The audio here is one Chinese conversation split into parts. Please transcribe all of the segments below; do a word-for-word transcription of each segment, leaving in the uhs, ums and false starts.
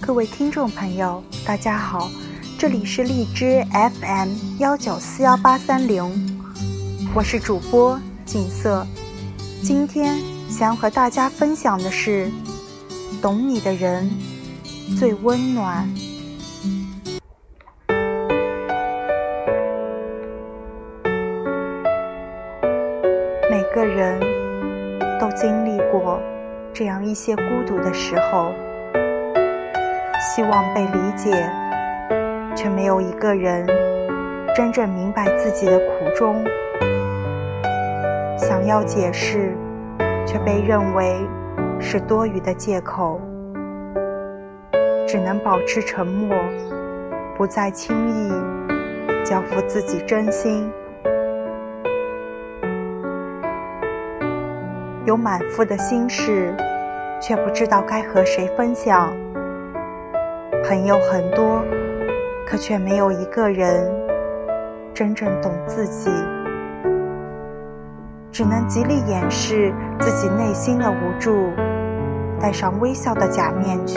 各位听众朋友，大家好，这里是荔枝 F M 一九四一八三零，我是主播锦瑟。今天想和大家分享的是，懂你的人最温暖。每个人都经历过这样一些孤独的时候，希望被理解，却没有一个人真正明白自己的苦衷，想要解释，却被认为是多余的借口，只能保持沉默，不再轻易交付自己真心。有满腹的心事，却不知道该和谁分享。朋友很多，可却没有一个人真正懂自己，只能极力掩饰自己内心的无助，戴上微笑的假面具。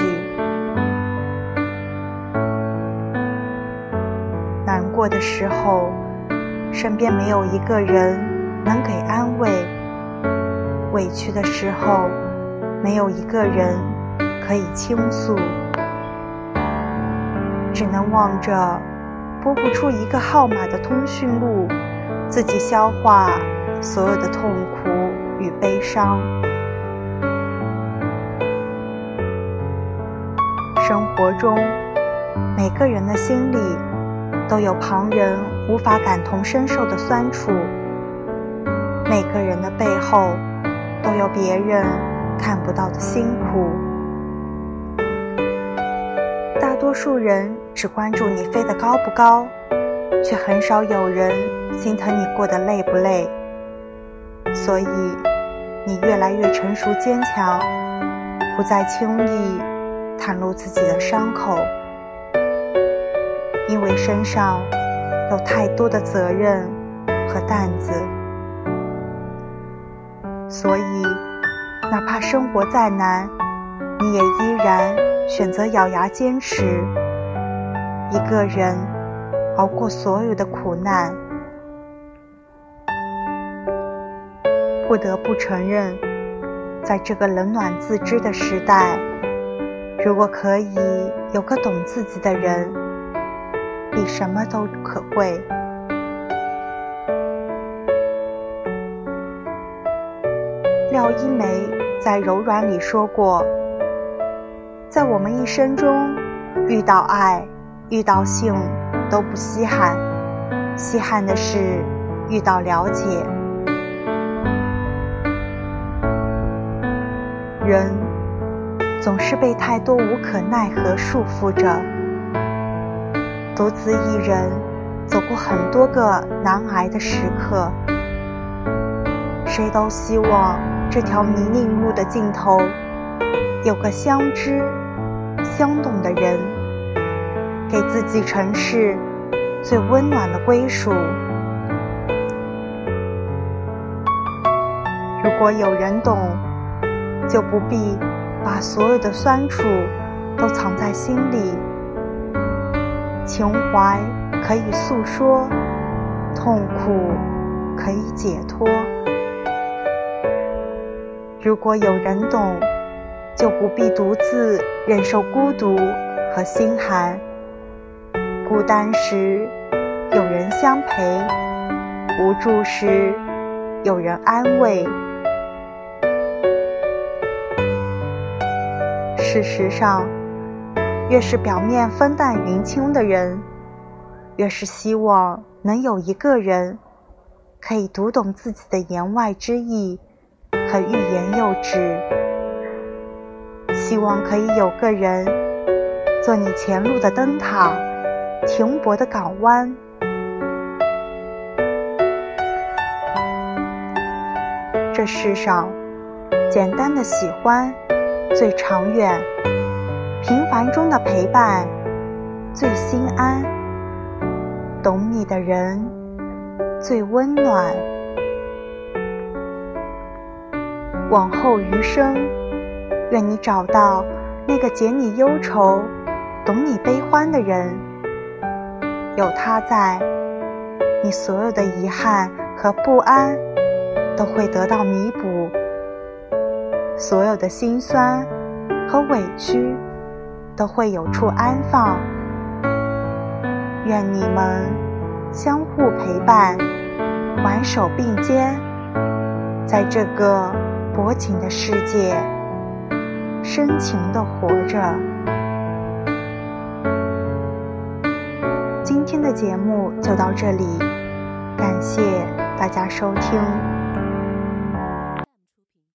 难过的时候，身边没有一个人能给安慰，委屈的时候，没有一个人可以倾诉，只能望着拨不出一个号码的通讯录，自己消化所有的痛苦与悲伤。生活中，每个人的心里都有旁人无法感同身受的酸楚，每个人的背后都有别人看不到的辛苦。大多数人只关注你飞得高不高，却很少有人心疼你过得累不累。所以你越来越成熟坚强，不再轻易袒露自己的伤口，因为身上有太多的责任和担子。所以哪怕生活再难，你也依然选择咬牙坚持，一个人熬过所有的苦难。不得不承认，在这个冷暖自知的时代，如果可以有个懂自己的人，比什么都可贵。廖一梅在《柔软》里说过，在我们一生中，遇到爱、遇到性都不稀罕，稀罕的是遇到了解。人总是被太多无可奈何束缚着，独自一人走过很多个难挨的时刻，谁都希望这条泥泞路的尽头有个相知相懂的人，给自己城市最温暖的归属。如果有人懂，就不必把所有的酸楚都藏在心里，情怀可以诉说，痛苦可以解脱。如果有人懂，就不必独自忍受孤独和心寒。孤单时有人相陪，无助时有人安慰。事实上，越是表面风淡云轻的人，越是希望能有一个人可以读懂自己的言外之意和欲言又止，希望可以有个人做你前路的灯塔，停泊的港湾。这世上简单的喜欢最长远，平凡中的陪伴最心安，懂你的人最温暖。往后余生，愿你找到那个解你忧愁、懂你悲欢的人。有他在，你所有的遗憾和不安都会得到弥补，所有的辛酸和委屈都会有处安放。愿你们相互陪伴，挽手并肩，在这个薄情的世界深情地活着。今天的节目就到这里，感谢大家收听。